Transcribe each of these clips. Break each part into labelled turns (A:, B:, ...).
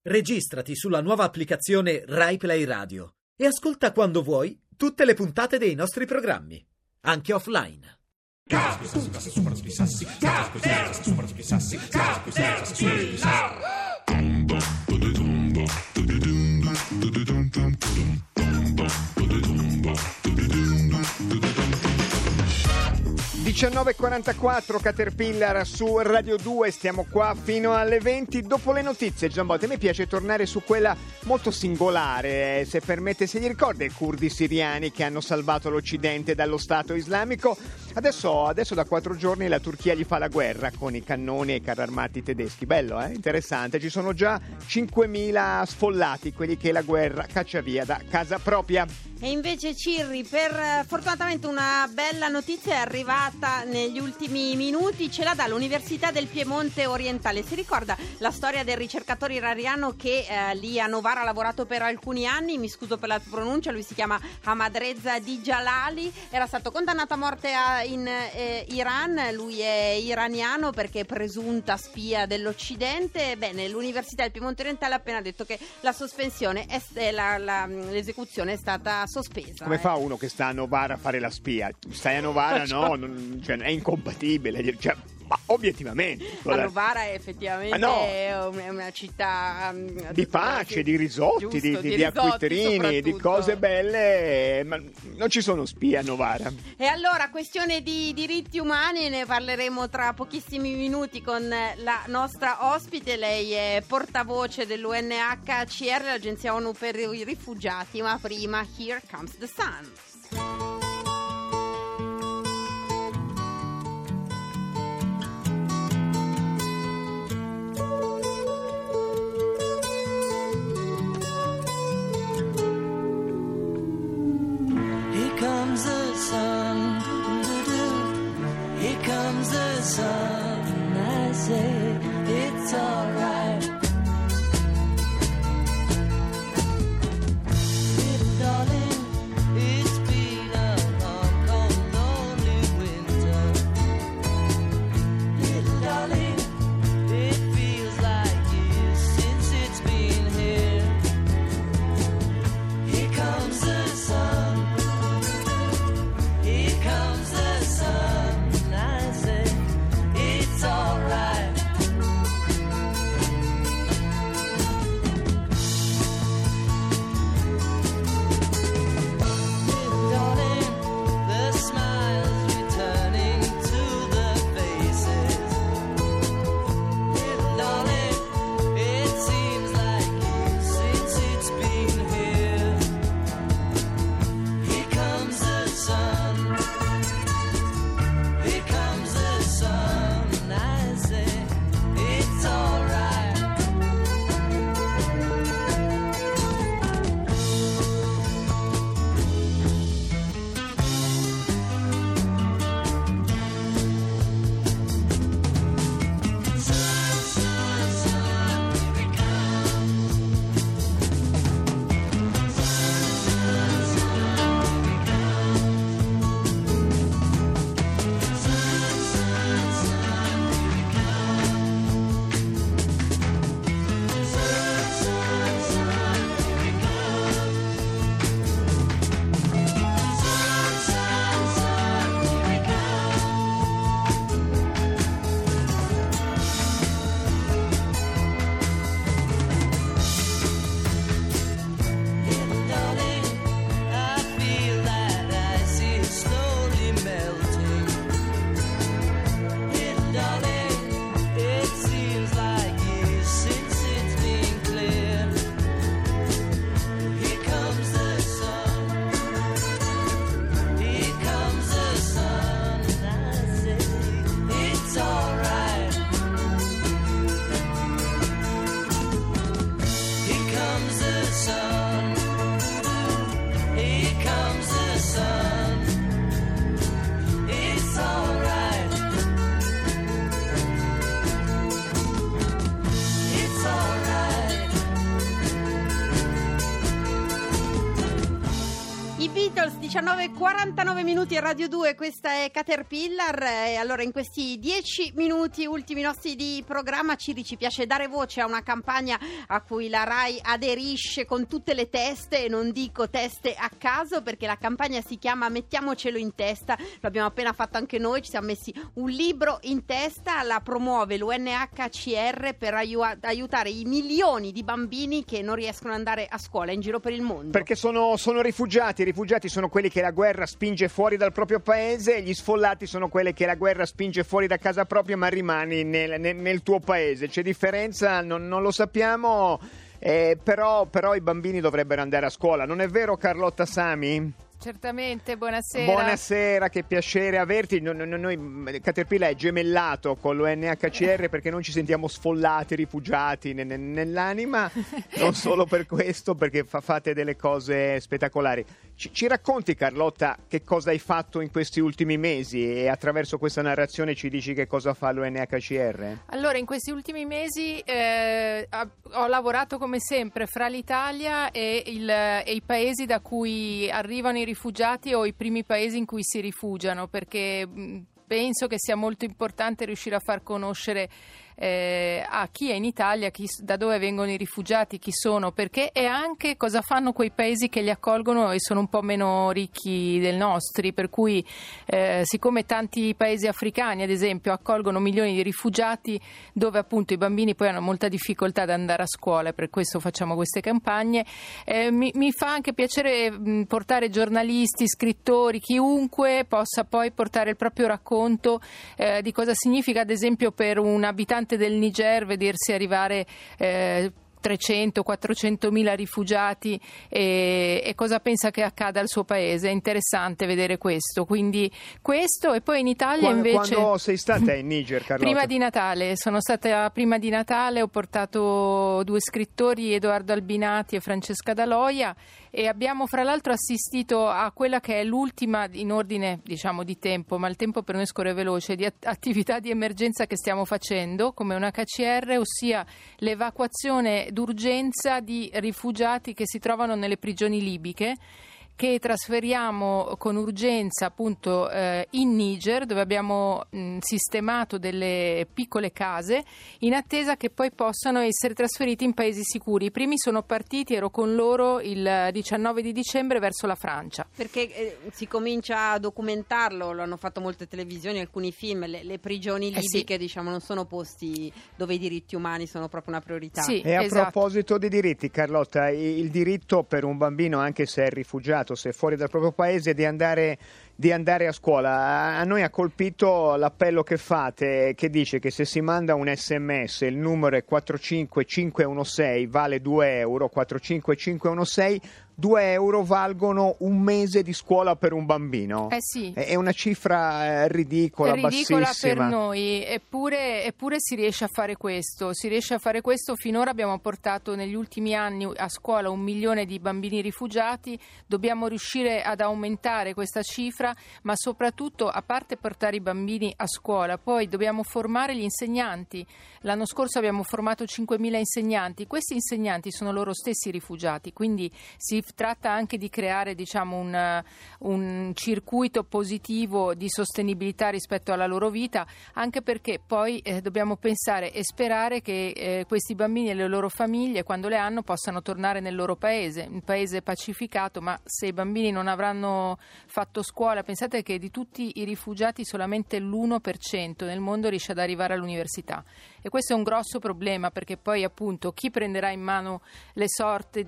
A: Registrati sulla nuova applicazione Rai Play Radio e ascolta quando vuoi tutte le puntate dei nostri programmi, anche offline.
B: (19:44) Caterpillar su Radio 2, stiamo qua fino alle 20 dopo le notizie. Giambotti, a me piace tornare su quella molto singolare, se permette. Se gli ricorda i curdi siriani che hanno salvato l'Occidente dallo Stato islamico? Adesso da 4 giorni la Turchia gli fa la guerra con i cannoni e i carri armati tedeschi. Bello, interessante. Ci sono già 5.000 sfollati, quelli che la guerra caccia via da casa propria.
C: E invece Cirri, fortunatamente una bella notizia è arrivata negli ultimi minuti, ce la dà l'Università del Piemonte Orientale. Si ricorda la storia del ricercatore iraniano che lì a Novara ha lavorato per alcuni anni, mi scuso per la pronuncia, lui si chiama Ahmadreza Dijalali, era stato condannato a morte in Iran, lui è iraniano perché è presunta spia dell'Occidente. Bene, l'Università del Piemonte Orientale ha appena detto che la sospensione, l'esecuzione è stata sospesa. Come
B: fa uno che sta a Novara a fare la spia? Stai a Novara? No, è incompatibile. Ma obiettivamente
C: a Novara effettivamente è una città
B: di pace, di risotti,
C: giusto,
B: di acquitrini, di cose belle, ma non ci sono spie a Novara.
C: E allora, questione di diritti umani, ne parleremo tra pochissimi minuti con la nostra ospite. Lei è portavoce dell'UNHCR, l'agenzia ONU per i rifugiati, ma prima Here Comes the Sun.
D: Here comes the sun, I say it's alright. Little darling, it's been a long, cold, lonely winter. Little darling, it feels like years since it's been here. Here comes the sun. Here comes the sun, I say it's alright. Little darling, the smiles returning to the faces. Little darling, it seems like years since it's been here. Here comes the sun. Here comes the sun, I say it's alright. Sun, sun, sun, here it comes. Sun, sun, sun, here it comes. Sun, sun, sun, here it comes. Sun, sun, sun, here it comes. Sun, sun, sun, here it comes. Little darling, I feel that ice is slowly melting. Little darling, it seems like years since it's been clear. Here comes the sun. Here comes the sun, I say it's alright. Here comes the sun. Here comes the sun. It's alright. It's alright.
C: I Beatles 19:49 minuti a Radio 2, questa è Caterpillar. E allora in questi 10 minuti ultimi nostri di programma ci piace dare voce a una campagna a cui la Rai aderisce con tutte le teste, e non dico teste a caso, perché la campagna si chiama Mettiamocelo in testa. Lo abbiamo appena fatto anche noi, ci siamo messi un libro in testa. La promuove l'UNHCR per aiutare i milioni di bambini che non riescono ad andare a scuola in giro per il mondo.
B: Perché sono rifugiati. I rifugiati sono quelli che la guerra spinge fuori dal proprio paese, e gli sfollati sono quelli che la guerra spinge fuori da casa propria, ma rimani nel tuo paese. C'è differenza? Non lo sappiamo, però i bambini dovrebbero andare a scuola. Non è vero, Carlotta Sami?
E: Certamente, buonasera.
B: Buonasera, che piacere averti. Noi Caterpillar è gemellato con l'UNHCR perché non ci sentiamo sfollati, rifugiati nell'anima, non solo per questo, perché fate delle cose spettacolari. Ci racconti, Carlotta, che cosa hai fatto in questi ultimi mesi, e attraverso questa narrazione ci dici che cosa fa l'UNHCR?
E: Allora, in questi ultimi mesi ho lavorato come sempre fra l'Italia e i paesi da cui arrivano i rifugiati, o i primi paesi in cui si rifugiano, perché penso che sia molto importante riuscire a far conoscere a chi è in Italia, da dove vengono i rifugiati, chi sono, perché, e anche cosa fanno quei paesi che li accolgono e sono un po' meno ricchi del nostri, per cui siccome tanti paesi africani ad esempio accolgono milioni di rifugiati, dove appunto i bambini poi hanno molta difficoltà ad andare a scuola, e per questo facciamo queste campagne. Mi fa anche piacere portare giornalisti, scrittori, chiunque possa poi portare il proprio racconto di cosa significa ad esempio per un abitante del Niger vedersi arrivare 300-400 mila rifugiati, e cosa pensa che accada al suo paese. È interessante vedere questo, quindi questo. E poi in Italia invece...
B: Quando sei stata in Niger, Carlotta?
E: Prima di Natale, sono stata prima di Natale, ho portato 2 scrittori, Edoardo Albinati e Francesca Daloia, e abbiamo fra l'altro assistito a quella che è l'ultima in ordine, diciamo, di tempo, ma il tempo per noi scorre veloce, di attività di emergenza che stiamo facendo come una HCR, ossia l'evacuazione d'urgenza di rifugiati che si trovano nelle prigioni libiche, che trasferiamo con urgenza appunto in Niger, dove abbiamo sistemato delle piccole case in attesa che poi possano essere trasferiti in paesi sicuri. I primi sono partiti, ero con loro il 19 di dicembre verso la Francia.
C: Perché si comincia a documentarlo, lo hanno fatto molte televisioni, alcuni film, le prigioni libiche,
E: sì,
C: diciamo, non sono posti dove i diritti umani sono proprio una priorità.
E: Sì,
B: E a
E: esatto.
B: proposito di diritti, Carlotta, il diritto per un bambino, anche se è rifugiato, se è fuori dal proprio paese, di andare a scuola. A noi ha colpito l'appello che fate, che dice che se si manda un SMS, il numero è 45516, vale 2 euro, 45516, 2 euro valgono un mese di scuola per un bambino.
E: Sì.
B: È una cifra ridicola,
E: ridicola
B: bassissima.
E: per noi, eppure si riesce a fare questo. Finora abbiamo portato negli ultimi anni a scuola 1 milione di bambini rifugiati. Dobbiamo riuscire ad aumentare questa cifra, ma soprattutto, a parte portare i bambini a scuola, poi dobbiamo formare gli insegnanti. L'anno scorso abbiamo formato 5.000 insegnanti. Questi insegnanti sono loro stessi rifugiati, quindi si tratta anche di creare, diciamo, un circuito positivo di sostenibilità rispetto alla loro vita, anche perché poi dobbiamo pensare e sperare che questi bambini e le loro famiglie, quando le hanno, possano tornare nel loro paese, un paese pacificato. Ma se i bambini non avranno fatto scuola, pensate che di tutti i rifugiati solamente l'1% nel mondo riesce ad arrivare all'università, e questo è un grosso problema, perché poi appunto chi prenderà in mano le sorti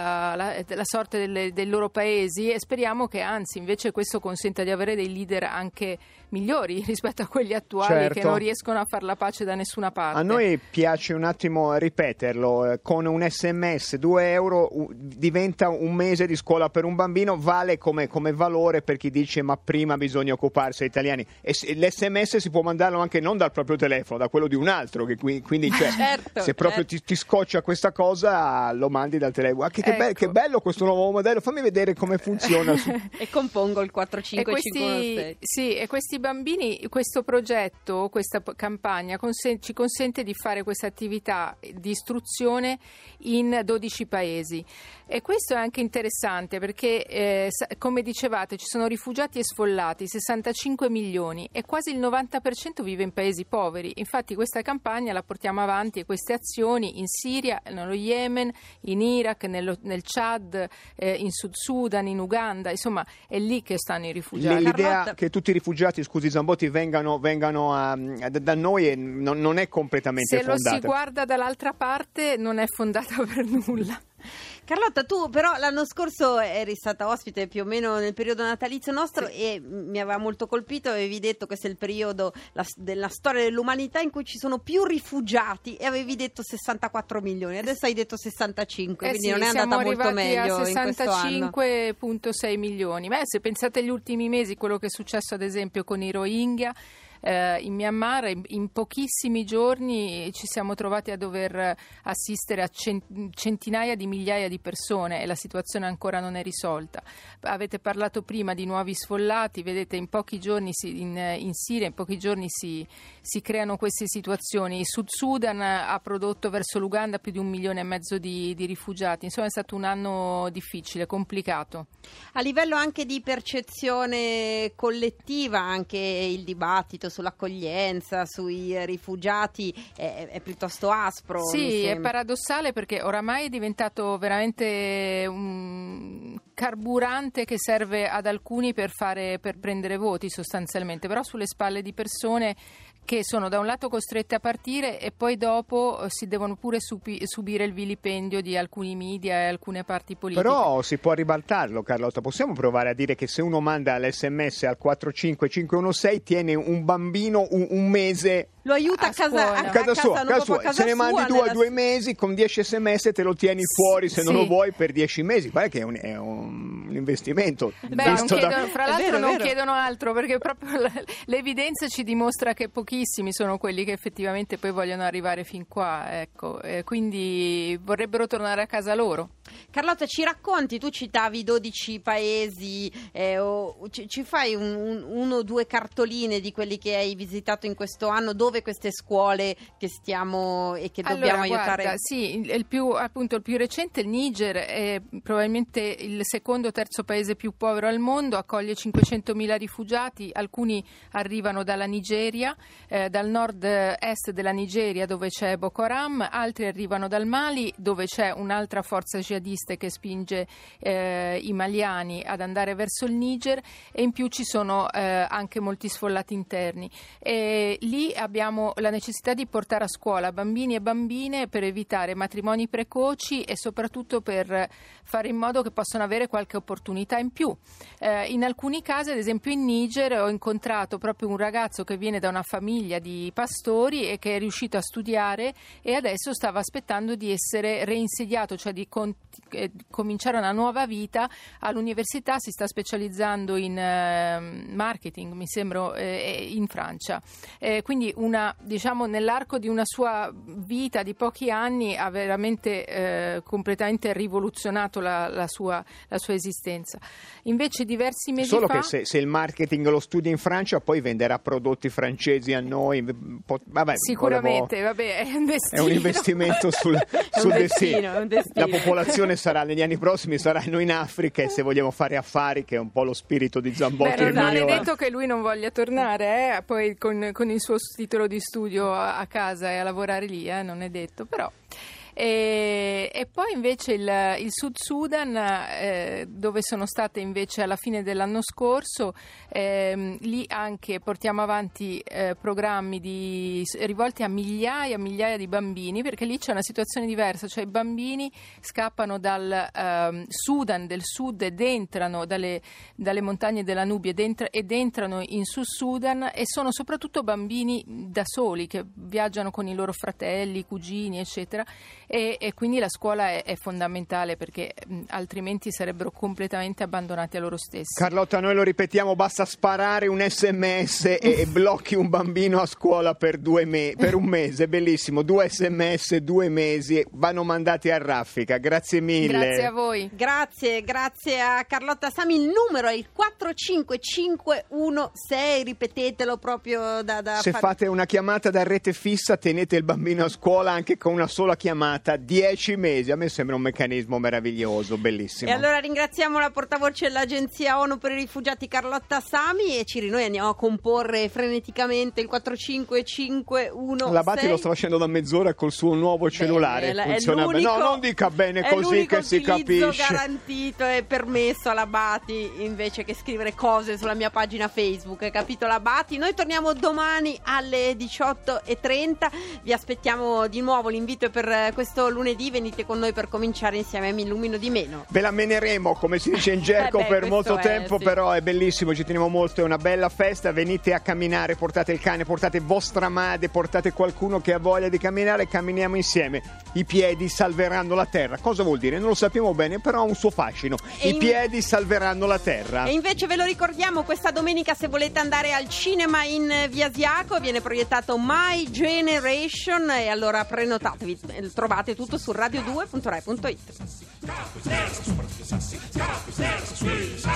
E: la sorte dei loro paesi, e speriamo che anzi invece questo consenta di avere dei leader anche migliori rispetto a quelli attuali,
B: certo,
E: che non riescono a far la pace da nessuna parte.
B: A noi piace un attimo ripeterlo, con un SMS 2 euro diventa un mese di scuola per un bambino, vale come valore per chi dice ma prima bisogna occuparsi degli italiani, e l'SMS si può mandarlo anche non dal proprio telefono, da quello di un altro, 4, che quindi cioè,
C: Certo,
B: se proprio
C: certo.
B: ti scoccia questa cosa lo mandi dal telefono.
E: Ecco.
B: Che bello questo nuovo modello, fammi vedere come funziona.
C: E compongo il 45516.
E: Sì, e questi bambini, questo progetto, questa campagna ci consente di fare questa attività di istruzione in 12 paesi. E questo è anche interessante perché, come dicevate, ci sono rifugiati e sfollati, 65 milioni, e quasi il 90% vive in paesi poveri. Infatti questa campagna la portiamo avanti e queste azioni in Siria, nello Yemen, in Iraq, nel Chad, in Sud Sudan, in Uganda, insomma è lì che stanno i rifugiati.
B: L'idea
C: Carlotta.
B: che tutti i rifugiati, scusi Zambotti, vengano da noi non è completamente
E: Se lo
B: fondata.
E: si guarda dall'altra parte non è fondata per nulla.
C: Carlotta, tu però l'anno scorso eri stata ospite più o meno nel periodo natalizio nostro e mi aveva molto colpito, avevi detto che questo è il periodo della storia dell'umanità in cui ci sono più rifugiati e avevi detto 64 milioni, adesso hai detto 65, quindi non è andata molto meglio in questo anno.
E: 65,6 milioni. Beh, se pensate agli ultimi mesi, quello che è successo ad esempio con i Rohingya in Myanmar, in pochissimi giorni ci siamo trovati a dover assistere a centinaia di migliaia di persone e la situazione ancora non è risolta. Avete parlato prima di nuovi sfollati, vedete in pochi giorni in Siria in pochi giorni si creano queste situazioni. Il Sud Sudan ha prodotto verso l'Uganda più di 1,5 milioni di rifugiati, insomma è stato un anno difficile, complicato.
C: A livello anche di percezione collettiva, anche il dibattito sull'accoglienza, sui rifugiati è piuttosto aspro. mi
E: Sì, è
C: sembra.
E: paradossale perché oramai è diventato veramente un carburante che serve ad alcuni per prendere voti sostanzialmente, però sulle spalle di persone che sono da un lato costrette a partire e poi dopo si devono pure subire il vilipendio di alcuni media e alcune parti politiche.
B: Però si può ribaltarlo, Carlotta. Possiamo provare a dire che se uno manda l'SMS al 45516 tiene un bambino un mese
C: Lo aiuta
E: A
C: a casa,
E: scuola.
C: a
B: casa sua,
C: non proprio a
B: se
C: casa
B: ne mandi
C: sua,
B: 2 mesi con 10 sms te lo tieni fuori se non
E: sì.
B: lo vuoi per 10 mesi. Guarda che è un investimento.
E: Beh, non
B: visto da-
E: chiedono, fra
C: È
E: l'altro
C: vero, è
E: non
C: vero.
E: chiedono altro perché proprio l'evidenza ci dimostra che pochissimi sono quelli che effettivamente poi vogliono arrivare fin qua, ecco, quindi vorrebbero tornare a casa loro.
C: Carlotta, ci racconti, tu citavi 12 paesi, ci fai uno o due cartoline di quelli che hai visitato in questo anno, dove queste scuole che stiamo e che dobbiamo aiutare?
E: Guarda, sì, il più recente, il Niger, è probabilmente il secondo o terzo paese più povero al mondo, accoglie 500.000 rifugiati, alcuni arrivano dalla Nigeria, dal nord-est della Nigeria dove c'è Boko Haram, altri arrivano dal Mali dove c'è un'altra forza jihadista che spinge i maliani ad andare verso il Niger, e in più ci sono anche molti sfollati interni. E lì abbiamo la necessità di portare a scuola bambini e bambine per evitare matrimoni precoci e soprattutto per fare in modo che possano avere qualche opportunità in più. In alcuni casi, ad esempio in Niger, ho incontrato proprio un ragazzo che viene da una famiglia di pastori e che è riuscito a studiare e adesso stava aspettando di essere reinsediato, cioè di cominciare una nuova vita all'università. Si sta specializzando in marketing, mi sembra, in Francia. Quindi nell'arco di una sua vita di pochi anni ha veramente completamente rivoluzionato la sua esistenza. Invece diversi mesi
B: Solo
E: fa...
B: che se il marketing lo studia in Francia, poi venderà prodotti francesi a noi. Vabbè,
E: Sicuramente, vabbè, è un destino.
B: è un investimento sul destino.
C: È un destino.
B: La popolazione sarà negli anni prossimi saranno in Africa, e se vogliamo fare affari, che è un po' lo spirito di Zambotti.
E: Beh,
B: il
E: non è
B: mio,
E: detto che lui non voglia tornare, poi con il suo titolo di studio a casa e a lavorare lì, non è detto, però. E poi invece il Sud Sudan, dove sono state invece alla fine dell'anno scorso, lì anche portiamo avanti programmi rivolti a migliaia di bambini, perché lì c'è una situazione diversa, cioè i bambini scappano dal Sudan del Sud ed entrano dalle montagne della Nubia ed entrano in Sud Sudan, e sono soprattutto bambini da soli che viaggiano con i loro fratelli, cugini, eccetera, e quindi la scuola è fondamentale, perché altrimenti sarebbero completamente abbandonati a loro stessi.
B: Carlotta, noi lo ripetiamo, basta sparare un SMS e blocchi un bambino a scuola per un mese, bellissimo, 2 SMS, 2 mesi, vanno mandati a raffica. Grazie mille.
E: Grazie a voi.
C: Grazie a Carlotta Sami. Il numero è il 45516, ripetetelo proprio da
B: Se fate una chiamata da rete fissa, tenete il bambino a scuola anche con una sola chiamata, 10 mesi. A me sembra un meccanismo meraviglioso, bellissimo.
C: E allora ringraziamo la portavoce dell'Agenzia ONU per i rifugiati Carlotta Sami, e Ciri, noi andiamo a comporre freneticamente il 45516.
B: La Batti lo sta facendo da mezz'ora col suo nuovo cellulare. Funziona bene. No, non dica bene così che si capisce.
C: È garantito e permesso alla Bati, invece che scrivere cose sulla mia pagina Facebook, capito la Bati? Noi torniamo domani alle 18:30, vi aspettiamo di nuovo, l'invito è per questo lunedì, venite con noi per cominciare insieme, mi illumino di meno.
B: Ve la meneremo, come si dice in gergo, per molto tempo,
C: sì.
B: Però è bellissimo, ci teniamo molto, è una bella festa, venite a camminare, portate il cane, portate vostra madre, portate qualcuno che ha voglia di camminare, camminiamo insieme. I piedi salveranno la terra. Cosa vuol dire? Non lo sappiamo bene, però ha un suo fascino. I piedi salveranno la terra.
C: E invece ve lo ricordiamo, questa domenica, se volete andare al cinema in Via Asiago, viene proiettato My Generation, e allora prenotatevi, trovate tutto su radio2.rai.it.